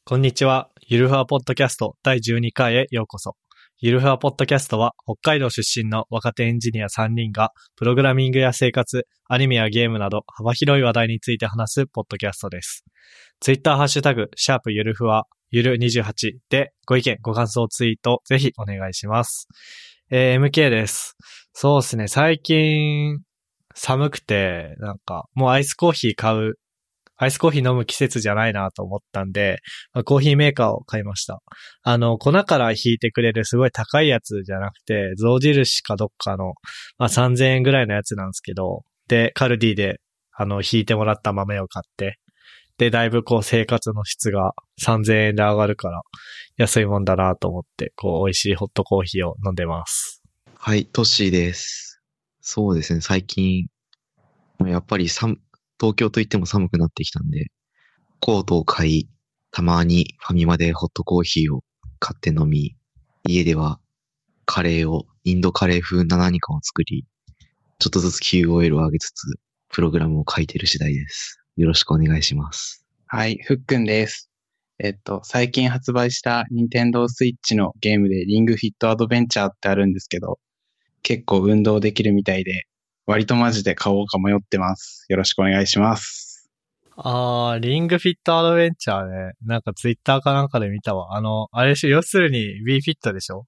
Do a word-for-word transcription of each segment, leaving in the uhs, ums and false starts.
こんにちは。ゆるふわポッドキャストだいじゅうにかいへようこそ。ゆるふわポッドキャストは北海道出身の若手エンジニアさんにんがプログラミングや生活、アニメやゲームなど幅広い話題について話すポッドキャストです。ツイッターハッシュタグ、シャープゆるふわ、ゆるにじゅうはちでご意見、ご感想ツイートぜひお願いします。えー、エムケー です。そうですね。最近寒くて、なんかもうアイスコーヒー買うアイスコーヒー飲む季節じゃないなと思ったんで、まあ、コーヒーメーカーを買いました。あの、粉から引いてくれるすごい高いやつじゃなくて、象印かどっかの、まあ、さんぜんえんぐらいのやつなんですけど、で、カルディで、あの、引いてもらった豆を買って、で、だいぶこう生活の質がさんぜんえんで上がるから、安いもんだなと思って、こう、美味しいホットコーヒーを飲んでます。 はい、トッシーです。そうですね、最近、やっぱり寒、東京といっても寒くなってきたんで、コートを買い、たまにファミマでホットコーヒーを買って飲み、家ではカレーを、インドカレー風な何かを作り、ちょっとずつ キューオーエル を上げつつ、プログラムを書いている次第です。よろしくお願いします。 はい、ふっくんです。えっと、最近発売したニンテンドースイッチのゲームでリングフィットアドベンチャーってあるんですけど、結構運動できるみたいで、割とマジで買おうか迷ってます。よろしくお願いします。 あー、リングフィットアドベンチャーね。なんかツイッターかなんかで見たわ。あの、あれでしょ、要するに Wii フィットでしょ？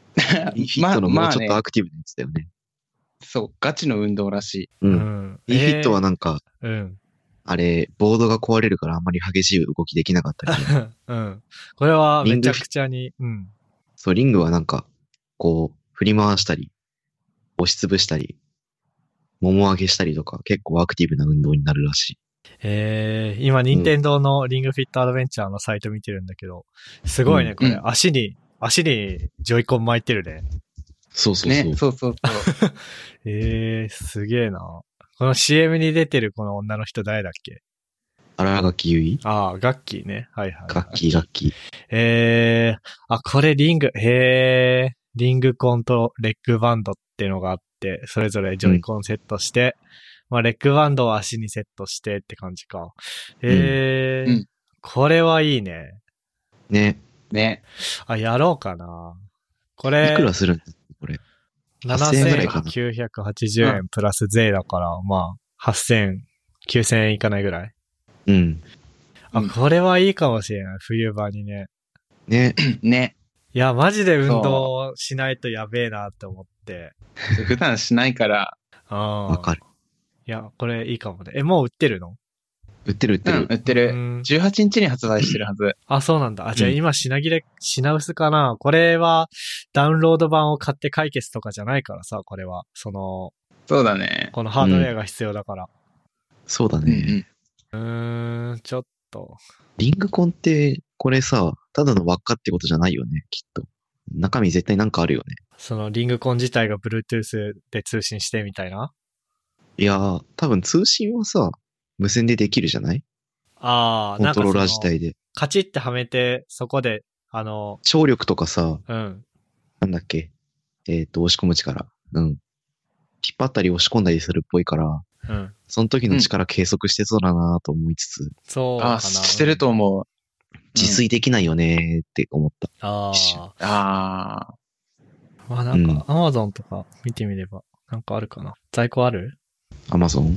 Wii フィットのもうちょっとアクティブなやつだよね。 そう、ガチの運動らしい。 うん。Wii フィットはなんか、 うん。 あれ、ボードが壊れるからあんまり激しい動きできなかったけど。 うん。これはめちゃくちゃに、うん。 そう、リングはなんか、こう、振り回したり、押しつぶしたり、もも上げしたりとか、結構アクティブな運動になるらしい。 えー、今、任天堂のリングフィットアドベンチャーのサイト見てるんだけど、すごいね、うん、これ、うん、足に、足にジョイコン巻いてるね。 そうそうそう。 ね、そうそうそう。 えー、すげえな。この シーエム に出てるこの女の人誰だっけ？ 荒垣結衣？ ああ、ガッキーね。はいはい、はい。 ガッキー、ガッキー。 えー、あ、これリング、へー、リングコンとレッグバンドっていうのがあって、それぞれジョイコンセットして、うん、まあ、レッグバンドを足にセットしてって感じか。へー、うん、これはいいね。 ね。 ね。 あ、やろうかな。これ、 いくらするんですかこれ。 ななせんきゅうひゃくはちじゅうえんプラス税だから、まあ、はっせん、きゅうせんえんいかないぐらい。 うん。 あ、これはいいかもしれない。冬場にね。 ね。 ね。 いや、マジで運動しないとやべえなって思って。 普段しないから。 ああ。 わかる。 いや、これいいかもね。え、もう売ってるの？ 売ってる売ってる。 うん、売ってる。じゅうはちにちに発売してるはず。 あ、そうなんだ。あ、じゃあ今品切れ、品薄かな。これはダウンロード版を買って解決とかじゃないからさ、これは。その、 そうだね。 このハードウェアが必要だから。うん、 そうだね。 うーん、ちょっと。 リングコンって、これさ、ただの輪っかってことじゃないよね、きっと。中身絶対なんかあるよね。 そのリングコン自体が Bluetooth で通信してみたいな？ いやー、多分通信はさ、無線でできるじゃない？ ああ、 コントローラー自体で。 カチッてはめて、そこで、あの、 張力とかさ、 うん。 なんだっけ、えっと、押し込む力。うん。引っ張ったり押し込んだりするっぽいから、 うん。 その時の力計測してそうだなと思いつつ。うん、 そうかな。 あ、してると思う。 自炊できないよねーって思った。 ああ。 ああ。 まあなんか、アマゾンとか見てみれば、なんかあるかな。在庫ある？ アマゾン？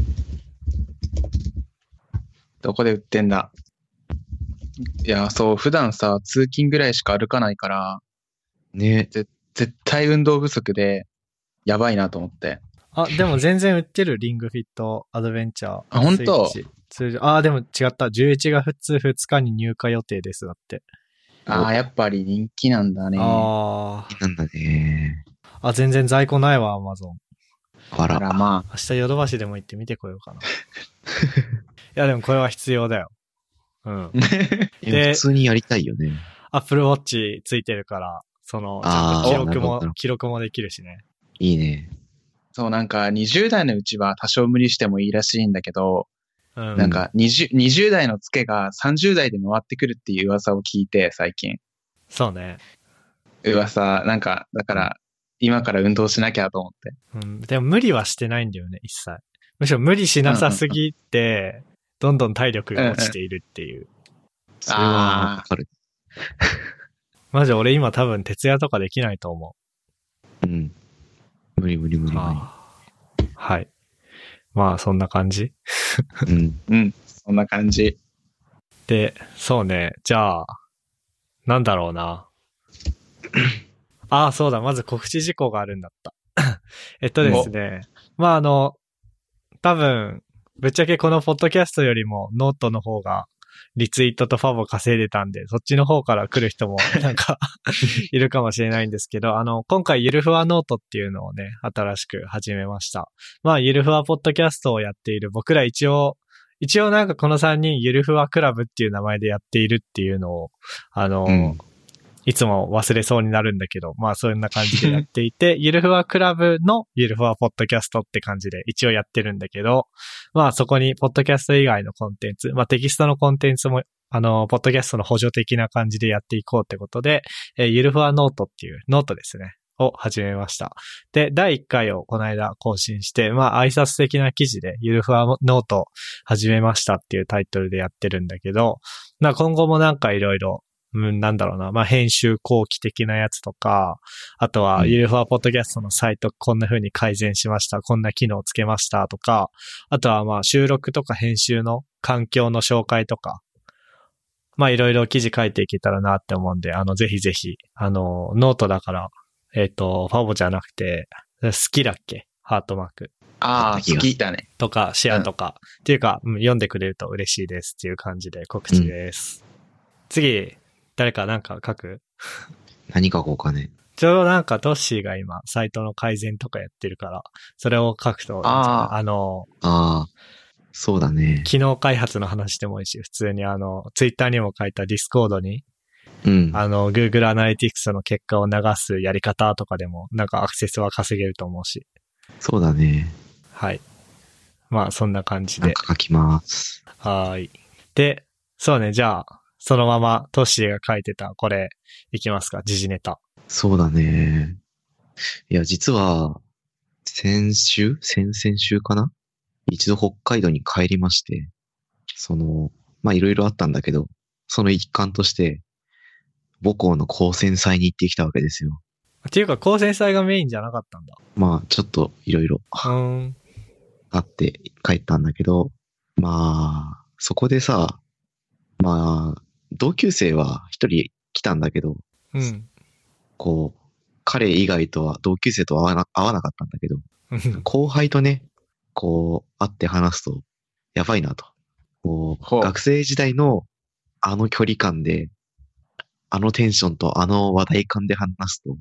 どこで売ってんだ？いや、そう、普段さ、通勤ぐらいしか歩かないから、 ね。 ぜ絶対運動不足で、やばいなと思って。 あ、でも全然売ってる、リングフィットアドベンチャー。 あ、本当？ 通常、あ、でも違った。じゅういちがつふつかに入荷予定です、だって。 ああ、やっぱり人気なんだね。 ああ。なんだね。 あ、全然在庫ないわ、アマゾン。 あら。 あら、まあ。 明日ヨドバシでも行って見てこようかな。いや、でもこれは必要だよ。うん。 で、普通にやりたいよね。 Apple Watch ついてるから、その、ちゃんと記録も、記録もできるしね。 いいね。 そう、なんかにじゅう代のうちは多少無理してもいいらしいんだけど、うん、なんか 20, にじゅう代のツケがさんじゅう代で回ってくるっていう噂を聞いて、最近。 そうね。 噂、なんか、だから、今から運動しなきゃと思って。 うん。でも無理はしてないんだよね、一切。むしろ無理しなさすぎて、どんどん体力が落ちているっていう。 それはわかる。 マジ俺今多分徹夜とかできないと思うん。無理無理無う。 理無理。 あーはい。まあそんな感じうん。 うん。そんな感じ。 で、そうね。じゃあ、なんだろうな。ああ、そうだ。まず告知事項があるんだった。えっとですね。まああの、多分、ぶっちゃけこのポッドキャストよりもノートの方がリツイートとファボ稼いでたんで、そっちの方から来る人もなんかいるかもしれないんですけど、あの、今回ゆるふわノートっていうのをね、新しく始めました。まあ、ゆるふわポッドキャストをやっている僕ら一応、一応なんかこのさんにんゆるふわクラブっていう名前でやっているっていうのを、あの、 うんいつも忘れそうになるんだけど、まあそんな感じでやっていて、ゆるふわクラブのゆるふわポッドキャストって感じで一応やってるんだけど、まあそこにポッドキャスト以外のコンテンツ、まあテキストのコンテンツも、あの、ポッドキャストの補助的な感じでやっていこうってことで、えーゆるふわノートっていうノートですね。を始めました。で、だいいっかいをこの間更新して、まあ挨拶的な記事でゆるふわノート始めましたっていうタイトルでやってるんだけど、まあ今後もなんかいろいろうん、なんだろうな。まあ、編集後期的なやつとか、あとは、ゆるふわポッドキャストのサイトこんな風に改善しました。こんな機能つけましたとか、あとはまあ、収録とか編集の環境の紹介とか、まあ、いろいろ記事書いていけたらなって思うんで、あの、ぜひぜひ、あの、ノートだから、えっと、ファボじゃなくて、好きだっけ？ハートマーク。 ああ、好きだね。 とか、シェアとか、うん、っていうか、うん、読んでくれると嬉しいですっていう感じで告知です。うん、次、誰かなんか書く？ 何書こうかね。 ちょうどなんかトッシーが今サイトの改善とかやってるから、それを書くといいんじゃない？あ, あの、 ああ、そうだね。 機能開発の話でもいいし、普通にあの、ツイッターにも書いたディスコードに、 うん、 あの、Google Analytics の結果を流すやり方とかでも、なんかアクセスは稼げると思うし。 そうだね。 はい。まあ、そんな感じで。 なんか書きます。 はーい。で、そうね、じゃあ、そのままトッシーが書いてたこれいきますか、時事ネタ。 そうだね。いや、実は、先週先々週かな一度北海道に帰りまして、その、まあ、いろいろあったんだけど、その一環として、母校の高専祭に行ってきたわけですよ。 っていうか、高専祭がメインじゃなかったんだ。 まあ、ちょっといろいろあって帰ったんだけど、まあ、そこでさ、まあ、同級生は一人来たんだけど、 うん、 こう、彼以外とは同級生とは会わな、会わなかったんだけど、後輩とね、こう、会って話すと、やばいなと。こう、学生時代のあの距離感で、あのテンションとあの話題感で話すと、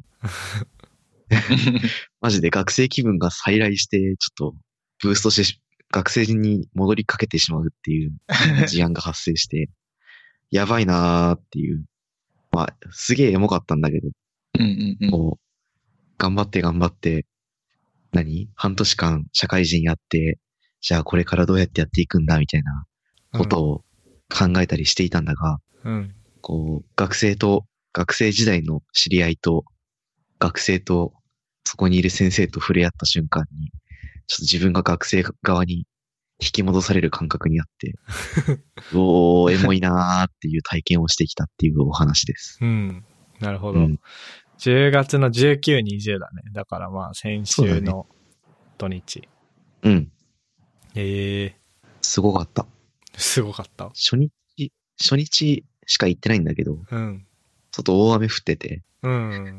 マジで学生気分が再来して、ちょっと、ブーストして、学生に戻りかけてしまうっていう事案が発生して、やばいなーっていう。まあ、すげえエモかったんだけど、 うんうんうん、 こう、頑張って頑張って、何？半年間社会人やって、じゃあこれからどうやってやっていくんだみたいなことを考えたりしていたんだが、 うん、 こう、学生と、学生時代の知り合いと、学生と、そこにいる先生と触れ合った瞬間に、ちょっと自分が学生側に引き戻される感覚にあって、おー、エモいなーっていう体験をしてきたっていうお話です。 うん。なるほど。 うん、 じゅうがつのじゅうく、にじゅうだね。だからまあ先週の土日。 う, ね、うん。 ええー。 すごかった。 すごかった。 初日、初日しか行ってないんだけど、 うん。 ちょっと大雨降ってて、 うん。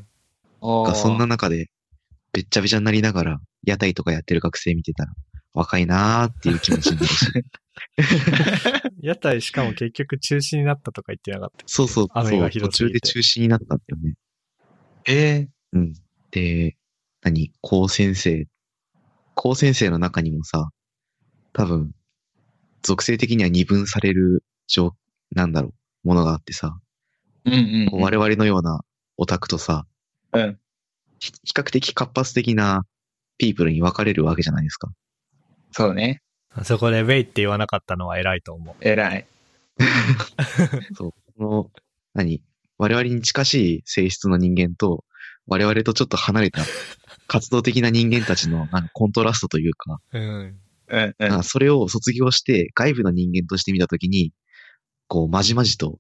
がそんな中で、べっちゃべちゃになりながら、屋台とかやってる学生見てたら、若いなーっていう気持ちになるし。 屋台しかも結局中止になったとか言ってなかった。 そうそう、 雨がひどすぎて。 途中で中止になったんだよね。 ええー。うん。で、何高先生。高先生の中にもさ、多分、属性的には二分される、なんだろう、ものがあってさ、 うんうんうん、 我々のようなオタクとさ、 うん、 比較的活発的なピープルに分かれるわけじゃないですか。 そうね。 そこでウェイって言わなかったのは偉いと思う。 偉い。 そう。この、何我々に近しい性質の人間と、我々とちょっと離れた活動的な人間たちのなんかコントラストというか、 うん。 うんうん、 それを卒業して外部の人間として見たときに、こう、まじまじと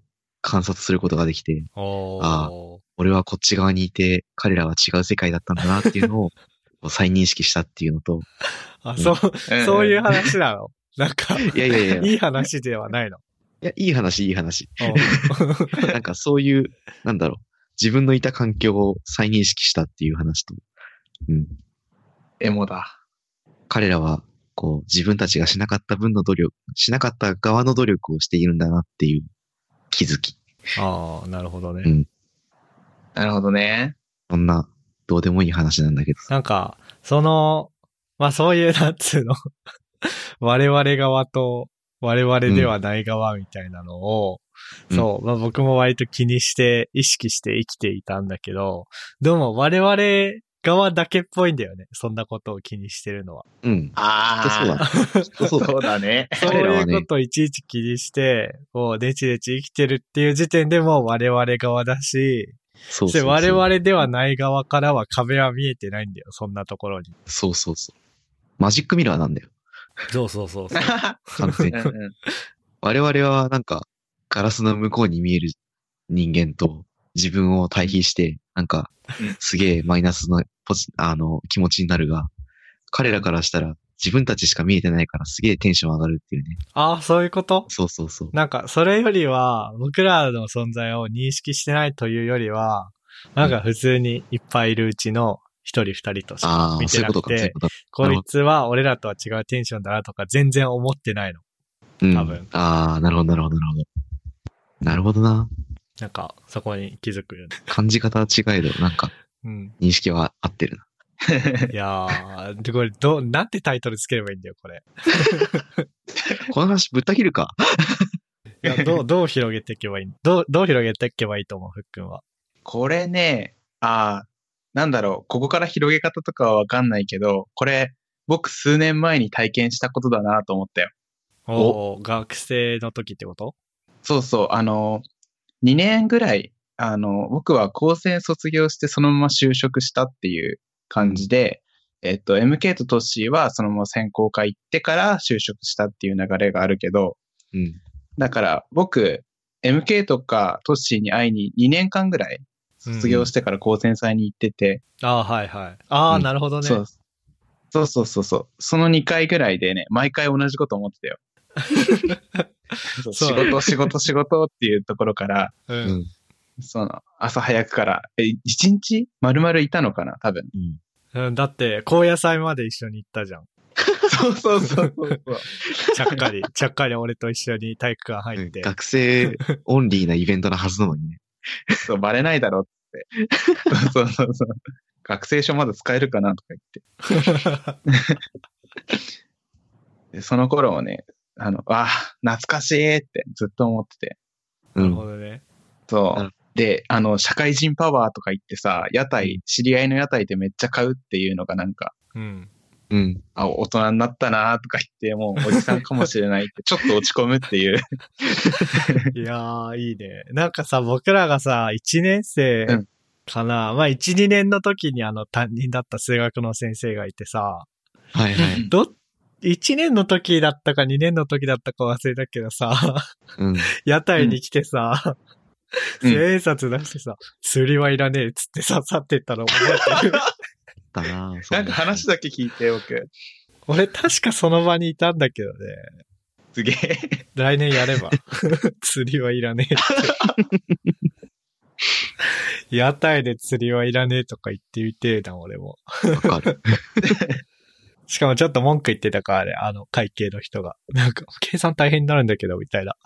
観察することができて、 おあー。 俺はこっち側にいて、彼らは違う世界だったんだなっていうのをこう再認識したっていうのと、 あ、そう、そういう話なのなんか、 いやいやいや、 いい話ではないの。 いや、いい話、いい話。 うんなんかそういう、なんだろう、自分のいた環境を再認識したっていう話と、うん。 エモだ。 彼らは、こう、自分たちがしなかった分の努力、しなかった側の努力をしているんだなっていう気づき。 ああ、なるほどね。 うん。 なるほどね。 そんな、どうでもいい話なんだけど。 なんか、その、まあそういう、なんつうの、我々側と我々ではない側みたいなのを、 うんそう、まあ僕も割と気にして、意識して生きていたんだけど、でも我々側だけっぽいんだよね。そんなことを気にしてるのは。 うん。 ああ、 そうだ。 そうだね。 そう彼らはいねうことをいちいち気にして、こう、でちでち生きてるっていう時点でもう我々側だし、 そうそうそう。 我々ではない側からは壁は見えてないんだよ。そんなところに。 そうそうそう。マジックミラーなんだよ。 そうそうそうそう。 完全に。 うんうん我々はなんか、ガラスの向こうに見える人間と自分を対比して、なんかうん、 すげえマイナスのポジ、あの、気持ちになるが、彼らからしたら自分たちしか見えてないからすげえテンション上がるっていうね。 ああ、そういうことそうそうそう。 なんか、それよりは、僕らの存在を認識してないというよりは、なんか普通にいっぱいいるうちの一人二人としかああ、 見てなくそういうことか、そういうて、 ことか。 こいつは俺らとは違うテンションだなとか全然思ってないの。 うん。 多分ああ、なるほど、なるほど、なるほど。なるほどな。 なんか、そこに気づくよね。 感じ方は違えど、なんか、 うん。 認識は合ってるな。 いやー、で、これ、どう、なんてタイトルつければいいんだよ、これ。 この話ぶった切るか。 いや、どう、どう広げていけばいいどう、どう広げていけばいいと思う、ふっくんは。 これね、ああ、なんだろう、ここから広げ方とかはわかんないけど、これ、僕数年前に体験したことだなと思ったよ。 おー、学生の時ってこと？ そうそう、あの、にねんぐらい、あの、僕は高専卒業してそのまま就職したっていう感じで、えっと、エムケー とトッシーはそのまま専攻科行ってから就職したっていう流れがあるけど、 うん。 だから僕、エムケー とかトッシーに会いににねんかんぐらい卒業してから高専祭に行ってて、 ああ、はいはい。ああ、 うんなるほどね。 そうそうそうそうそう。そのにかいぐらいでね、毎回同じこと思ってたよ。そう仕そう事、仕事、仕事っていうところから、 う。 うんん。 その、朝早くから、え、一日丸々いたのかな多分。 うん。 うんだって、高野菜まで一緒に行ったじゃん。 そうそうそうそう。 ちゃっかり、ちゃっかり俺と一緒に体育館入って。 学生オンリーなイベントのはずなのにね。 そう、バレないだろって。そうそうそう。学生証まだ使えるかなとか言って。でその頃をね、あの、あ、懐かしいってずっと思ってて。 うなるほん。 どね。 そうなる。 で、あの、社会人パワーとか言ってさ、屋台、知り合いの屋台でめっちゃ買うっていうのがなんか、 うん。 うん。 あ、大人になったなとか言って、もうおじさんかもしれないって、ちょっと落ち込むっていう。 いやー、いいね。なんかさ、僕らがさ、いちねん生うんかな、まあいち、にねんの時にあの担任だった数学の先生がいてさ、 はいはい。 ど、いちねんの時だったかにねんの時だったか忘れたけどさ、 うん。 屋台に来てさ、 うん千円札出してさ、釣りはいらねえっつってさ、去ってったの覚えてる。 だなぁ。そうなんか話だけ聞いて、僕。 俺確かその場にいたんだけどね。 すげえ。 来年やれば。釣りはいらねえって。屋台で釣りはいらねえとか言ってみてえな、俺も。 わかる。 しかもちょっと文句言ってたからね、あの会計の人が。なんか、計算大変になるんだけど、みたいな。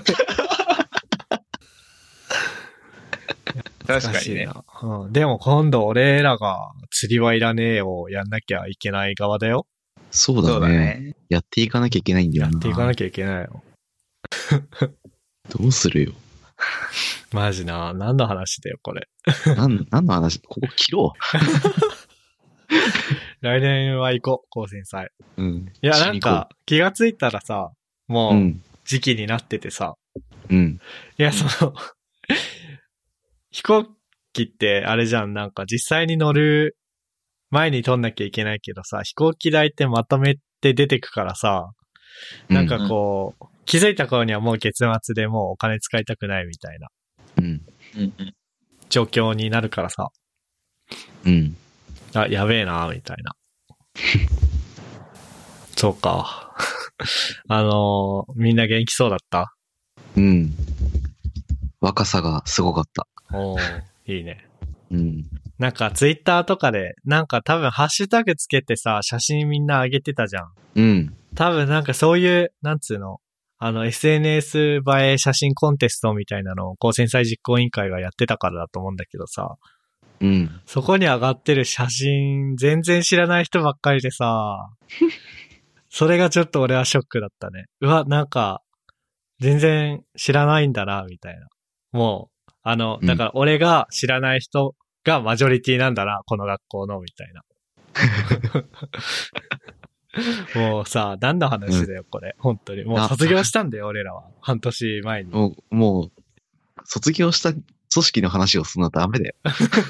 確かにね。 難しいな。うん。でも今度俺らが釣りはいらねえをやんなきゃいけない側だよ。 そうそうだだね。 ね。 やっていかなきゃいけないんだよな。 やっていかなきゃいけないよ。 どうするよ。 マジな。何の話だよ、これ。 なん、なんの話ここ切ろ来年は行こう、高専祭。 う。うん。 いや、 しに行こなんか、気がついたらさ、 う、 もう、 うん。 時期になっててさ。 うん。 いや、その、飛行機ってあれじゃん、なんか実際に乗る前に取んなきゃいけないけどさ、飛行機代ってまとめて出てくからさ、なんかこう、 気づいた頃にはもう月末でもうお金使いたくないみたいなうん。 うんうん。 状況になるからさ、 うん。 あ、やべえな、みたいな。そうか。あのー、みんな元気そうだった？ うん。若さがすごかった。 おー、いいね。 うん。 なんかツイッターとかで、なんか多分ハッシュタグつけてさ、写真みんな上げてたじゃん。 うん。 多分なんかそういう、なんつうの、あの エスエヌエス 映え写真コンテストみたいなのを高専祭実行委員会がやってたからだと思うんだけどさ、 うん。 そこに上がってる写真、全然知らない人ばっかりでさ、それがちょっと俺はショックだったね。うわ、なんか、全然知らないんだな、みたいな。もう、あの、だから俺が知らない人がマジョリティなんだな、この学校の、みたいな。もうさ、何の話だよ、これ。本当に。もう卒業したんだよ、俺らは。半年前に。 もう、もう、卒業した組織の話をするのはダメだよ。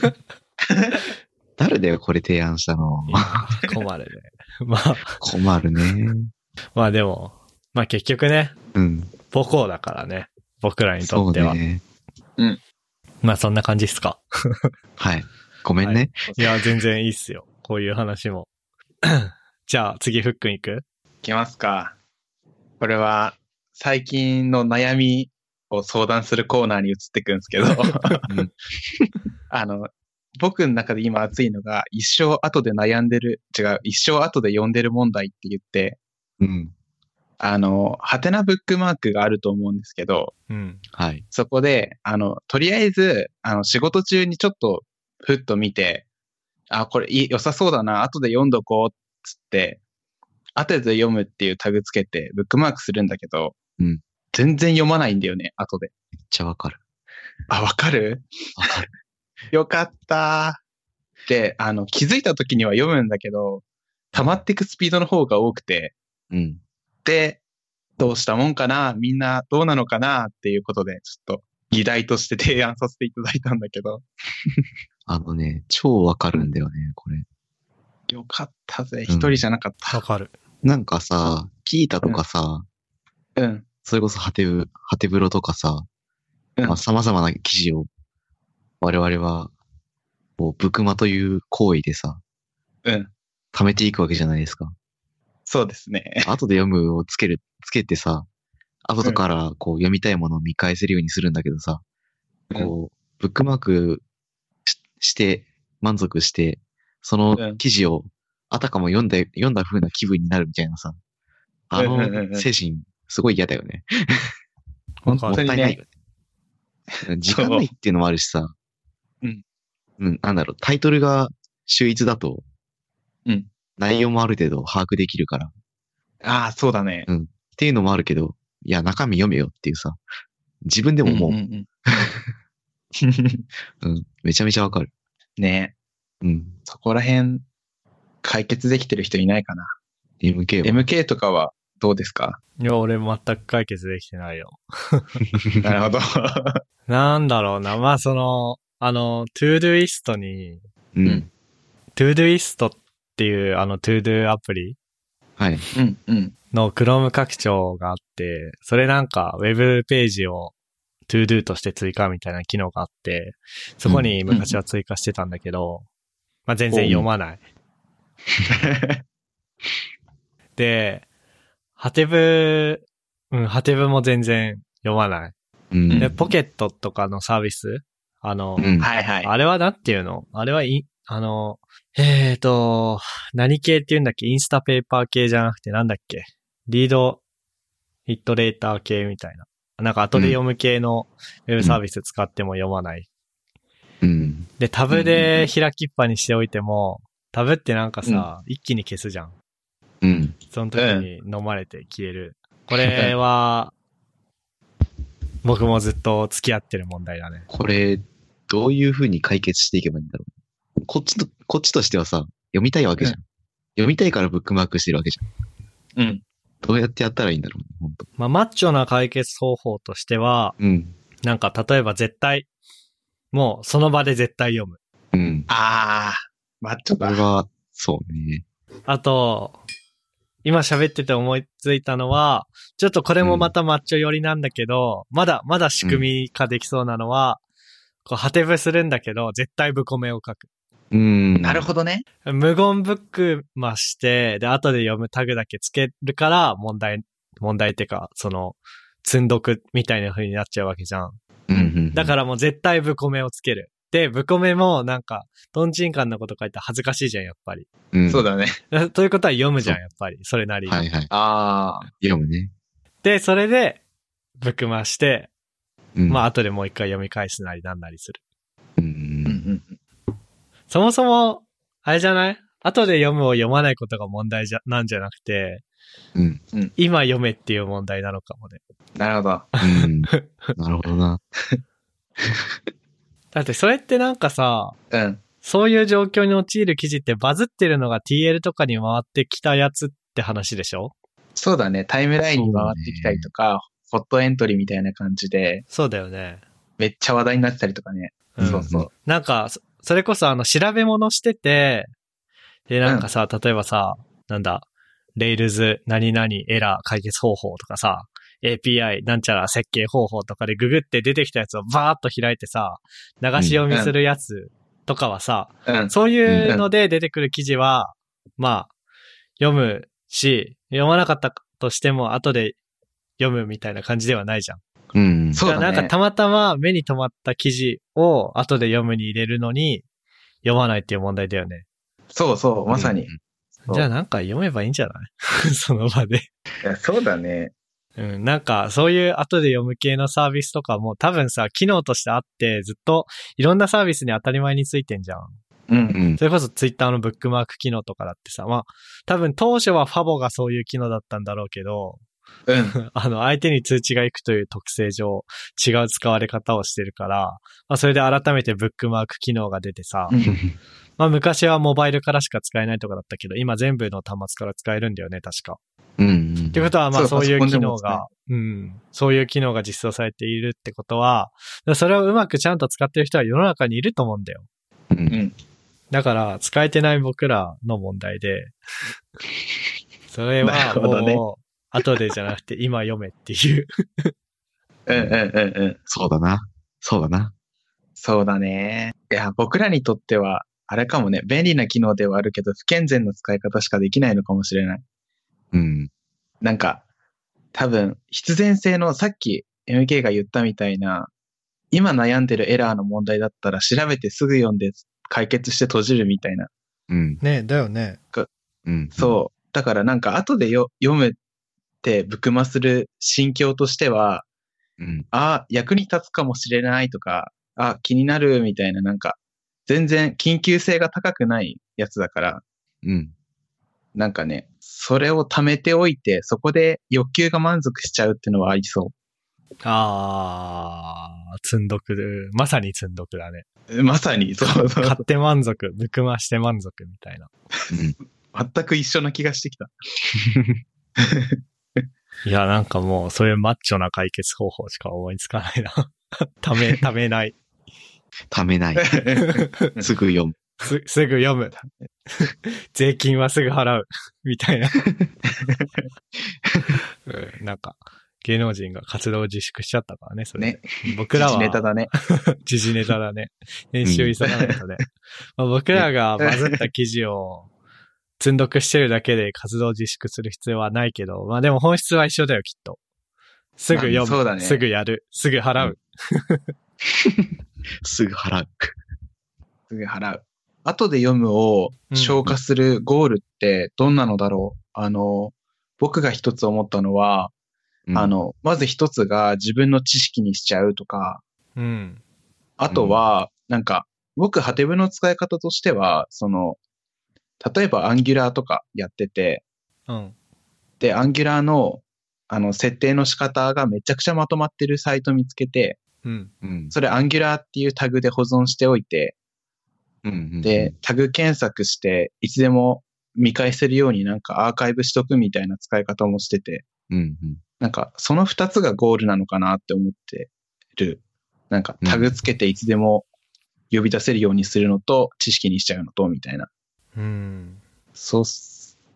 誰だよ、これ提案したの。 困るね。まあ。 困るね。 まあでも、まあ結局ね、 うん。 母校だからね。僕らにとっては。 そうね。 うん。 まあそんな感じっすか。 はい。ごめんね。 はい、いや、全然いいっすよ。こういう話も。じゃあ次、ふっくんいく？ いきますか。これは、最近の悩みを相談するコーナーに移ってくんですけど、 うん、 あの、僕の中で今熱いのが、一生後で悩んでる、違う、一生後で読んでる問題って言って、 うん。 あの、ハテナブックマークがあると思うんですけど、 うん。 はい。 そこで、あの、とりあえず、あの、仕事中にちょっと、ふっと見て、あ、これいい良さそうだな、後で読んどこう、つって、後で読むっていうタグつけて、ブックマークするんだけど、 うん。 全然読まないんだよね、後で。 めっちゃわかる。 あ、わかる？ わかる。 よかったー。で、あの、気づいた時には読むんだけど、溜まっていくスピードの方が多くて、 うん。 で、どうしたもんかな、みんなどうなのかなっていうことで、ちょっと議題として提案させていただいたんだけど。 あのね、超わかるんだよね、これ。 よかったぜ、一人じゃなかった。 わかる。 なんかさ、キータとかさ、 うん。 それこそハテブ、ハテブロとかさ、 うんまあ、様々な記事を我々は、こう、ブクマという行為でさ、 うん。 貯めていくわけじゃないですか。 そうですね。 後で読むをつける、つけてさ、後からこう読みたいものを見返せるようにするんだけどさ、 うんこう、ブックマークしして、満足して、その記事をあたかも読んで、読んだ風な気分になるみたいなさ、あうんうんうんうんの精神、すごい嫌だよね。 わかるもったいないよね。時間ないっていうのもあるしさ、 うん。 うん、なんだろう、タイトルが秀逸だと、 うん。 内容もある程度把握できるから、 ああ、そうだね。 うん。っていうのもあるけど、いや、中身読めよっていうさ、自分でももう、 うんうんうん、めちゃめちゃわかる。 ねうん。 そこら辺、解決できてる人いないかな。 エムケー は。 エムケー とかはどうですか？ いや、俺全く解決できてないよ。 なるほど。 なんだろうな。まあその、あの、トゥードゥイストに、 うん。 トゥードゥイストっていうあのトゥードゥアプリはい。 うんうん。 の Chrome 拡張があって、それなんかウェブページを ToDo として追加みたいな機能があって、そこに昔は追加してたんだけど、まあ全然読まない。で、ハテブ、うん、ハテブも全然読まない。 うん。 で、ポケットとかのサービスあの、 うん。 はいはい。 あれはなんていうのあれはい、あの、えーと、何系って言うんだっけインスタペーパー系じゃなくてなんだっけリードイットレーター系みたいな。なんか後で読む系のウェブサービス使っても読まない。 うん。 で、タブで開きっぱにしておいても、タブってなんかさ、うん、一気に消すじゃん。 うん。 その時に飲まれて消える。これは、僕もずっと付き合ってる問題だね。 これ、どういう風に解決していけばいいんだろう。こっちと、こっちとしてはさ、読みたいわけじゃん。うん、読みたいからブックマークしてるわけじゃん。うん。どうやってやったらいいんだろうね、ほんと。 まあ、マッチョな解決方法としては、 うん。 なんか、例えば絶対、もう、その場で絶対読む。 うん。 あー、マッチョだ。 これは、そうね。 あと、 今喋ってて思いついたのは、ちょっとこれもまたマッチョ寄りなんだけど、うん、まだ、まだ仕組み化できそうなのは、うん、こう、ハテブするんだけど、絶対ブコメを書く。 うん。 なるほどね。 無言ブックマして、で、後で読むタグだけつけるから、問題、問題ってか、その、積んどくみたいな風になっちゃうわけじゃん。 うんうんうん、 だからもう絶対ブコメをつける。で、ブコメもなんか、トンチンカンのこと書いたら恥ずかしいじゃん、やっぱり。 うん、そうだね。 ということは読むじゃん、やっぱり。それなりに。 はいはい。 ああ。 読むね。 で、それで、ブックマして、 うん、 まあ、後でもう一回読み返すなりなんなりする。 うんうんうん、そもそも、あれじゃない？後で読むを読まないことが問題じゃ、なんじゃなくて、 うん、 今読めっていう問題なのかもね。 なるほど。 うん、なるほどな。 だってそれってなんかさ、 うん、 そういう状況に陥る記事ってバズってるのが ティーエル とかに回ってきたやつって話でしょ？ そうだね。タイムラインに回ってきたりとか、ホットエントリーみたいな感じで。 そうだよね。 めっちゃ話題になってたりとかね。 うん、 そうそう。 なんか、それこそあの調べ物してて、で、なんかさ、うん、例えばさ、なんだ、レイルズ何々エラー解決方法とかさ、エーピーアイ なんちゃら設計方法とかでググって出てきたやつをバーっと開いてさ、流し読みするやつとかはさ、うん、そういうので出てくる記事は、まあ、読むし、読まなかったとしても後で読むみたいな感じではないじゃん。 うん。 そうだね。 なんかたまたま目に留まった記事を後で読むに入れるのに読まないっていう問題だよね。 そうそう、まさに。 うん、じゃあなんか読めばいいんじゃないその場で。いや、そうだね。 うん、なんかそういう後で読む系のサービスとかも多分さ、機能としてあってずっといろんなサービスに当たり前についてんじゃん。 うんうん。 それこそツイッターのブックマーク機能とかだってさ、まあ多分当初はファボがそういう機能だったんだろうけど、 うん。 あの、相手に通知が行くという特性上、違う使われ方をしてるから、まあ、それで改めてブックマーク機能が出てさ、まあ、昔はモバイルからしか使えないとかだったけど、今全部の端末から使えるんだよね、確か。 うんうん。 ってことは、まあ、そういう機能が、うん、そういう機能が実装されているってことは、それをうまくちゃんと使ってる人は世の中にいると思うんだよ。 うん。 だから、使えてない僕らの問題で、それはもう、後でじゃなくて今読めっていう。 うんうんうんうん。 そうだな。そうだな。 そうだね。いや、僕らにとっては、あれかもね、便利な機能ではあるけど、不健全な使い方しかできないのかもしれない。 うん。 なんか、多分、必然性の、さっき エムケー が言ったみたいな、今悩んでるエラーの問題だったら調べてすぐ読んで解決して閉じるみたいな。 うん。 ねえ、だよね。 うん。 そう。だからなんか後でよ読むってブクマする心境としては、 うん、 あ、役に立つかもしれないとか、あ、気になるみたいななんか、全然緊急性が高くないやつだから、 うん。 なんかね、それを貯めておいて、そこで欲求が満足しちゃうっていうのはありそう。 あー、積んどく、まさに積んどくだね。 まさに、そうそうそう。 買って満足、ぶくまして満足みたいな。 うん、全く一緒な気がしてきた。 いや、なんかもう、そういうマッチョな解決方法しか思いつかないな。ため、ためない。 ためない。すぐ読む。 す、すぐ読む。税金はすぐ払う。みたいな、うん。なんか、芸能人が活動を自粛しちゃったからね、それ。ね。僕らは。 時事ネタだね。 時事ネタだね。編集急がないとね。まあ、僕らがバズった記事を積んどくしてるだけで活動自粛する必要はないけど、まあでも本質は一緒だよ、きっと。すぐ読む。そうだね。すぐやる。すぐ払う。 すぐ払う。 すぐ払う。後で読むを消化するゴールってどんなのだろう、うん、あの、僕が一つ思ったのは、うん、あの、まず一つが自分の知識にしちゃうとか、 うん、 あとは、なんか、僕、ハテブの使い方としては、その、例えばアンギュラーとかやってて、 うん、 で、アンギュラーの、あの、設定の仕方がめちゃくちゃまとまってるサイト見つけて、 うんうん、 それアンギュラーっていうタグで保存しておいて、 うんうんうん、 で、タグ検索して、いつでも見返せるようになんかアーカイブしとくみたいな使い方もしてて、 うんうん、 なんかその二つがゴールなのかなって思ってる。なんかタグつけていつでも呼び出せるようにするのと、知識にしちゃうのと、みたいな。 うん。 そう、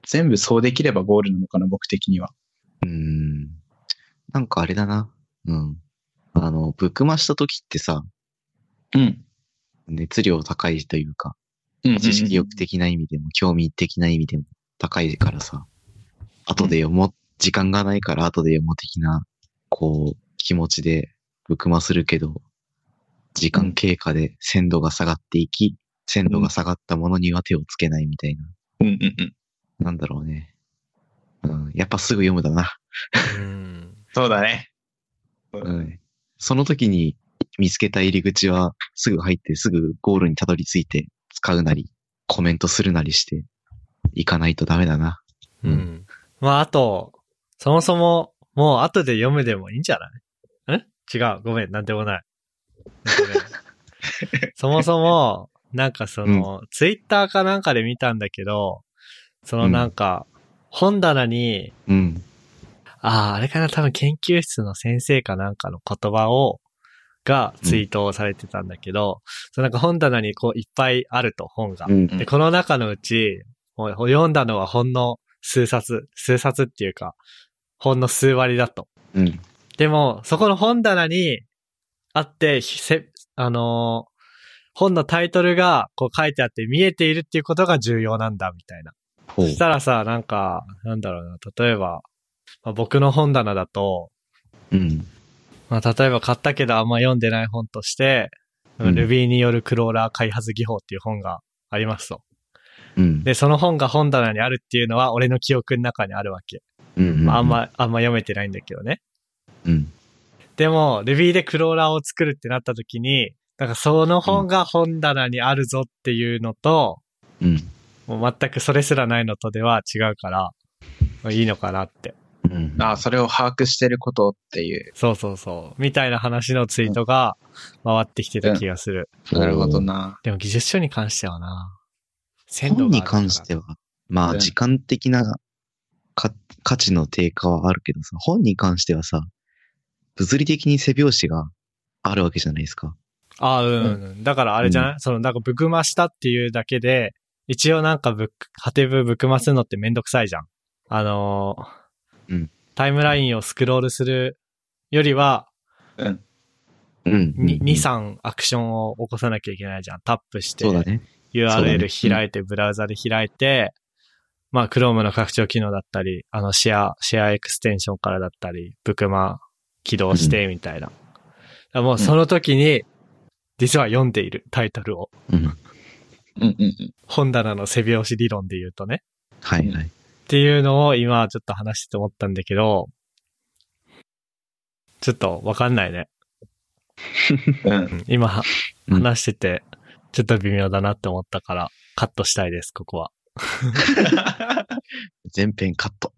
全部そうできればゴールなのかな、僕的には。 うーん。なんかあれだな。うん。あの、ぶっくました時ってさ、 うん。 熱量高いというか、 うん。 知識欲的な意味でも、興味的な意味でも高いからさ、後で読もう、時間がないから後で読もう的な、こう、気持ちでぶっくまするけど、時間経過で鮮度が下がっていき、鮮度が下がったものには手をつけないみたいな。 うんうんうん。 なんだろうね。うん、やっぱすぐ読むだな。 うん。 そうだね。 うん。その時に見つけた入り口はすぐ入ってすぐゴールにたどり着いて使うなり、コメントするなりしていかないとダメだな。 う。 うんん。 まあ、あと、そもそも、もう後で読むでもいいんじゃないん違う。ごめん。なんでもない。ごめんそもそも、なんかその、ツイッターかなんかで見たんだけど、そのなんか、本棚に、 うん。 ああ、あれかな、多分研究室の先生かなんかの言葉を、がツイートされてたんだけど、そのなんか本棚にこういっぱいあると、本が。 うん。 で、この中のうち、もう読んだのはほんの数冊、数冊っていうか、ほんの数割だと。 うん。 でも、そこの本棚にあって、せ、あのー本のタイトルがこう書いてあって見えているっていうことが重要なんだ、みたいな。 ほうそしたらさ、なんか、なんだろうな、例えば、まあ、僕の本棚だと、 うん。 まあ、例えば買ったけどあんま読んでない本として、 うん Ruby によるクローラー開発技法っていう本がありますと。 うん。 で、その本が本棚にあるっていうのは俺の記憶の中にあるわけ。 うん。 まあ、あんま、あんま読めてないんだけどね。 うん。 でも、Ruby でクローラーを作るってなった時に、なんかその本が本棚にあるぞっていうのと、 うん。 もう全くそれすらないのとでは違うから、まあいいのかなって。 うん。 ああ、それを把握してることっていう。 そうそうそう。みたいな話のツイートが回ってきてた気がする。 なるほどな。 でも技術書に関してはな。鮮度本にがあるから関しては、まうんあ時間的なか価値の低下はあるけどさ、本に関してはさ、物理的に背拍子があるわけじゃないですか。 ああ、うん、うん。だからあれじゃない、うん、その、なんかブクマしたっていうだけで、一応なんかブック、ハテブブクマするのってめんどくさいじゃん。あのー、 うん。 タイムラインをスクロールするよりは、 うん。 うん。 に、さんアクションを起こさなきゃいけないじゃん。タップして、 そうだね。 ユーアールエル 開いて、ブラウザで開いて、まあ、Chrome の拡張機能だったり、あの、シェア、シェアエクステンションからだったり、ブクマ起動して、みたいな。うん、もうその時に、実は読んでいるタイトルを。 うん。 うんうんうん。 本棚の背拍子理論で言うとね。 はいはい。 っていうのを今ちょっと話して思ったんだけど、ちょっとわかんないね。 うん、 今話してて、ちょっと微妙だなって思ったからカットしたいです、ここは。 全編カット。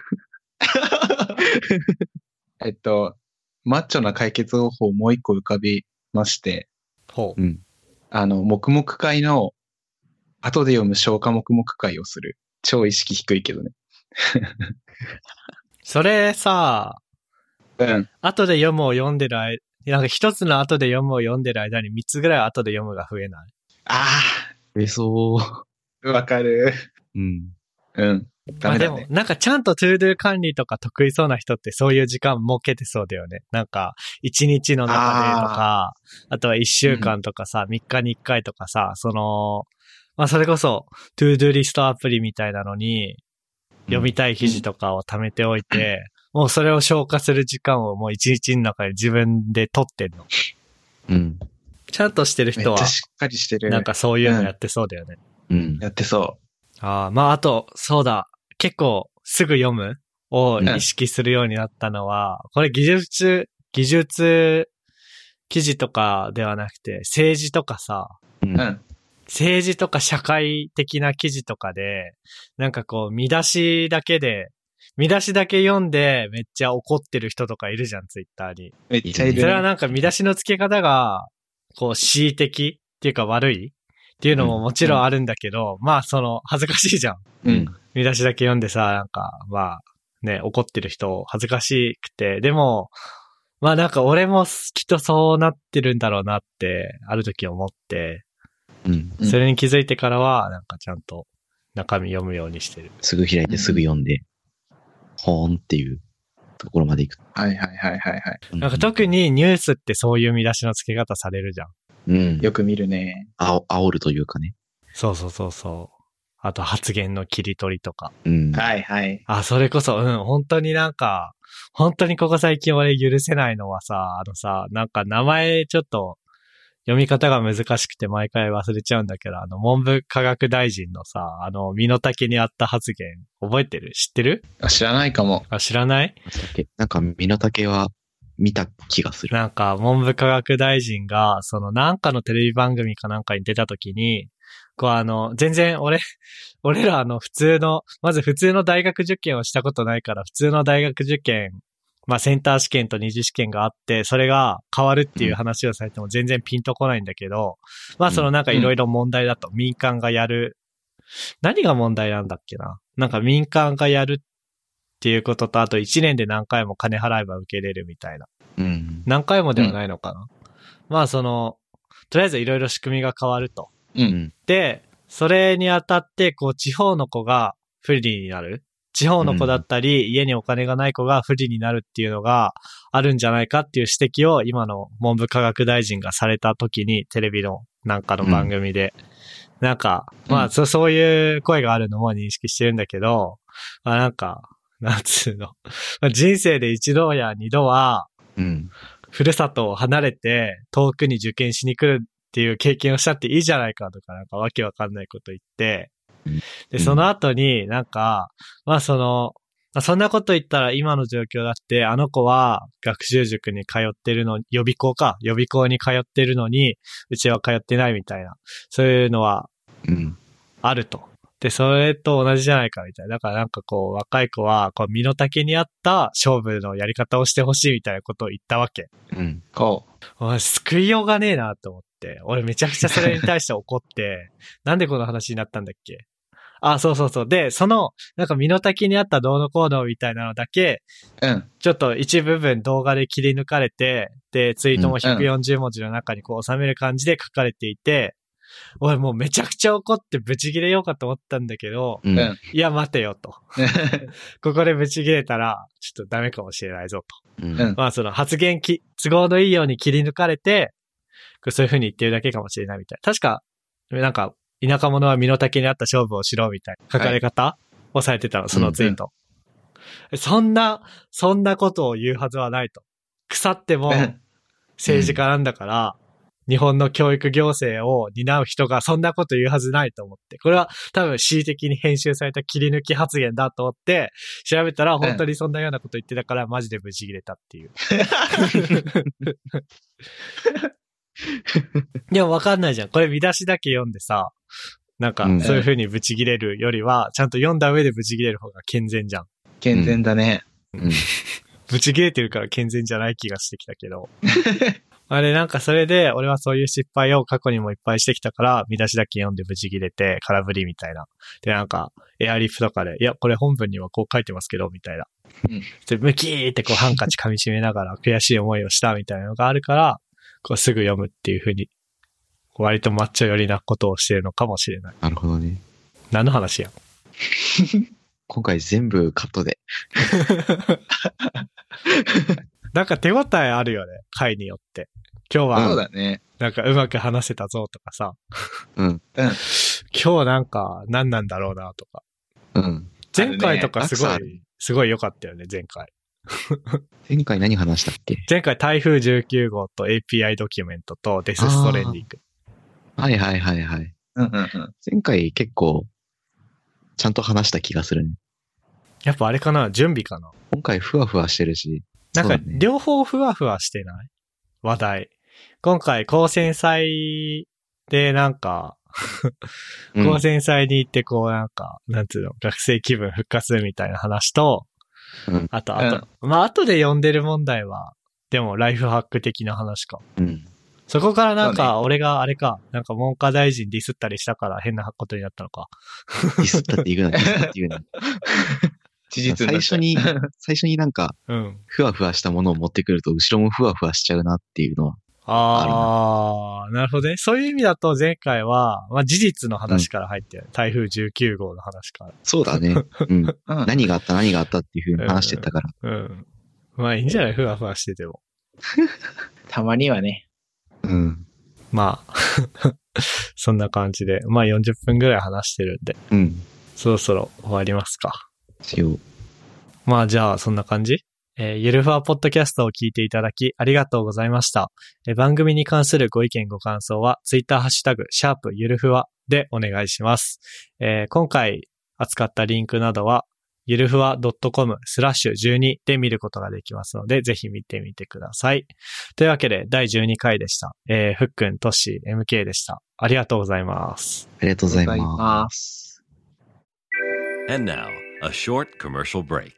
えっと、マッチョな解決方法をもう一個浮かびまして、 ほう。 うん。 あの、黙々会の後で読む消化黙々会をする。超意識低いけどね。 それさ、 うん。 後で読むを読んでる間、なんか一つの後で読むを読んでる間に三つぐらい後で読むが増えない？ あ増えそあ、わかる。 う。うん。 うん。ダメだね。 まあでも、なんかちゃんとトゥードゥ管理とか得意そうな人ってそういう時間設けてそうだよね。なんか、一日の中でとか、あ, あとは一週間とかさ、三、うん、日に一回とかさ、その、まあそれこそ、トゥードゥリストアプリみたいなのに、読みたい記事とかを貯めておいて、うん、もうそれを消化する時間をもう一日の中で自分で取ってんの。 うん。 ちゃんとしてる人は、 めっちゃしっかりしてる。 なんかそういうのやってそうだよね。 うん。 やってそう。 ああ、まああと、そうだ。結構すぐ読むを意識するようになったのは、うん、これ技術、技術記事とかではなくて、政治とかさ、 うん、 政治とか社会的な記事とかで、なんかこう見出しだけで、見出しだけ読んでめっちゃ怒ってる人とかいるじゃん、ツイッターに。 めっちゃいる、ね。 それはなんか見出しの付け方が、こう恣意的っていうか悪いっていうのももちろんあるんだけど、うん、まあその恥ずかしいじゃん。 うん。 見出しだけ読んでさ、なんか、まあ、ね、怒ってる人恥ずかしくて、でも、まあなんか俺もきっとそうなってるんだろうなって、ある時思って、 うん。 それに気づいてからは、なんかちゃんと、 中身読むようにしてる。 すぐ開いてすぐ読んで、ほーんっていうところまで行く。 はいはいはいはいはい。 うんなんか特にニュースってそういう見出しの付け方されるじゃん。 うん。 よく見るね。 あお、煽るというかね。 そうそうそうそう。あと発言の切り取りとか。 うん。 はいはい。 あ、それこそ、うん、本当になんか、本当にここ最近俺許せないのはさ、あのさ、なんか名前ちょっと読み方が難しくて毎回忘れちゃうんだけど、あの文部科学大臣のさ、あの身の丈にあった発言、覚えてる？知ってる？ あ、知らないかも。 あ、知らない？ なんか、身の丈は見た気がする。 なんか文部科学大臣が、そのなんかのテレビ番組かなんかに出た時に、こうあの、全然俺、俺らあの普通の、まず普通の大学受験をしたことないから、普通の大学受験、まあセンター試験と二次試験があって、それが変わるっていう話をされても全然ピンとこないんだけど、まあそのなんかいろいろ問題だと、民間がやる、何が問題なんだっけな。なんか民間がやるっていうことと、あといちねんで何回も金払えば受けれるみたいな。 うん。 何回もではないのかな。まあその、とりあえずいろいろ仕組みが変わると。 う。 うんん。 で、それにあたって、こう、地方の子が不利になる。地方の子だったり、家にお金がない子が不利になるっていうのがあるんじゃないかっていう指摘を今の文部科学大臣がされた時に、テレビのなんかの番組で、なんか、まあ、そ、そういう声があるのも認識してるんだけど、まあなんか、なんつうの。まあ人生で一度や二度は、 うん。 ふるさとを離れて遠くに受験しに来るっていう経験をしたっていいじゃないかとかなんかわけわかんないこと言って、で、その後になんか、まあその、まあ、そんなこと言ったら今の状況だって、あの子は学習塾に通ってるの、予備校か、予備校に通ってるのに、うちは通ってないみたいな、そういうのはうん。 あると。で、それと同じじゃないかみたいな。だからなんかこう、若い子は、こう、身の丈に合った勝負のやり方をしてほしいみたいなことを言ったわけ。 うん。 こお救いようがねえなと思って。俺めちゃくちゃそれに対して怒って、なんでこの話になったんだっけ？あ、そうそうそう。で、その、なんか身の丈に合ったどうのこうのみたいなのだけ、 う。うん。 ちょっと一部分動画で切り抜かれて、で、ツイートもひゃくよんじゅう文字の中にこう収める感じで書かれていて、俺もうめちゃくちゃ怒ってブチ切れようかと思ったんだけど、 う。 うんん。 いや待てよと。ここでブチ切れたら、ちょっとダメかもしれないぞと。 うん。 うんまあその発言き、都合のいいように切り抜かれて、そういう風に言ってるだけかもしれないみたい。確か、なんか、田舎者は身の丈に合った勝負をしろみたいな書かれ方をされてたの、そのツイート。そんな、そんなことを言うはずはないと。腐っても政治家なんだから、日本の教育行政を担う人がそんなこと言うはずないと思って。これは多分恣意的に編集された切り抜き発言だと思って、調べたら本当にそんなようなこと言ってたからマジでブチ切れたっていう。でもわかんないじゃん。これ見出しだけ読んでさ、なんかそういう風にブチ切れるよりは、ちゃんと読んだ上でブチ切れる方が健全じゃん。 健全だね。 うん。 ブチ切れてるから健全じゃない気がしてきたけど。あれなんかそれで俺はそういう失敗を過去にもいっぱいしてきたから見出しだけ読んでブチ切れて空振りみたいな。でなんかエアリップとかでいやこれ本文にはこう書いてますけどみたいな。 うんでムキーってこうハンカチ噛み締めながら悔しい思いをしたみたいなのがあるからこうすぐ読むっていう風に割とマッチョ寄りなことをしてるのかもしれない。 なるほどね。 何の話や。 今回全部カットで。 なんか手応えあるよね回によって。今日そうはだね。 なんかうまく話せたぞとかさ。 うん。 うん。 今日なんか何なんだろうなとか。 うん。 前回とかすごい、 あるねすごい良かったよね、前回。 前回何話したっけ？ 前回台風じゅうきゅう号と エーピーアイ ドキュメントとデスストレンディング。 はいはいはいはい。 うんうんうん。 前回結構、ちゃんと話した気がするね。 やっぱあれかな準備かな今回ふわふわしてるし。 なんかそうだね両方ふわふわしてない話題。今回高専祭でなんか、 うん高専祭に行ってこうなんか、なんつうの、学生気分復活みたいな話と、 うんあと、あと、まあ後で読んでる問題は、でもライフハック的な話か。 うん。 そこからなんそうか、俺があれか、なんか文科大臣ディスったりしたから変なことになったのか。 ディスったって言うな、ディスったって言うな。 事実になっちゃう最初に、最初になんか、 うん。 ふわふわしたものを持ってくると、後ろもふわふわしちゃうなっていうのはあー、なるほどね。そういう意味だと前回は、まあ事実の話から入ってる、うん、台風じゅうきゅうごうの話から。 そうだね。うん。何があった何があったっていう風に話してたから。 うん。うん、まあいいんじゃないふわふわしてても。 たまにはね。 うん。 まあ、そんな感じで、まあよんじゅっぷんぐらい話してるんで。 うん。 そろそろ終わりますか。 しよう。 まあじゃあそんな感じ？えー、ゆるふわポッドキャストを聞いていただきありがとうございました。えー、番組に関するご意見ご感想はツイッターハッシュタグシャープゆるふわでお願いします。えー、今回扱ったリンクなどはゆるふわ .com スラッシュじゅうにで見ることができますのでぜひ見てみてください。というわけでだいじゅうにかいでした。えー、ふっくん、とし、エムケー でした。ありがとうございます。 ありがとうございます。 And now, a short commercial break.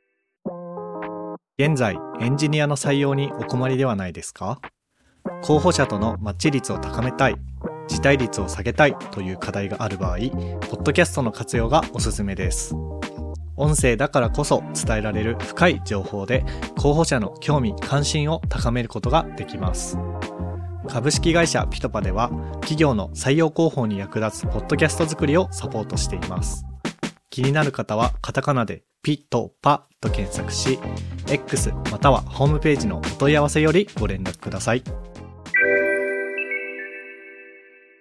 現在、エンジニアの採用にお困りではないですか？候補者とのマッチ率を高めたい、辞退率を下げたいという課題がある場合、ポッドキャストの活用がおすすめです。音声だからこそ伝えられる深い情報で、候補者の興味・関心を高めることができます。株式会社ピトパでは、企業の採用広報に役立つポッドキャスト作りをサポートしています。気になる方はカタカナでピトパと検索し、X またはホームページのお問い合わせよりご連絡ください。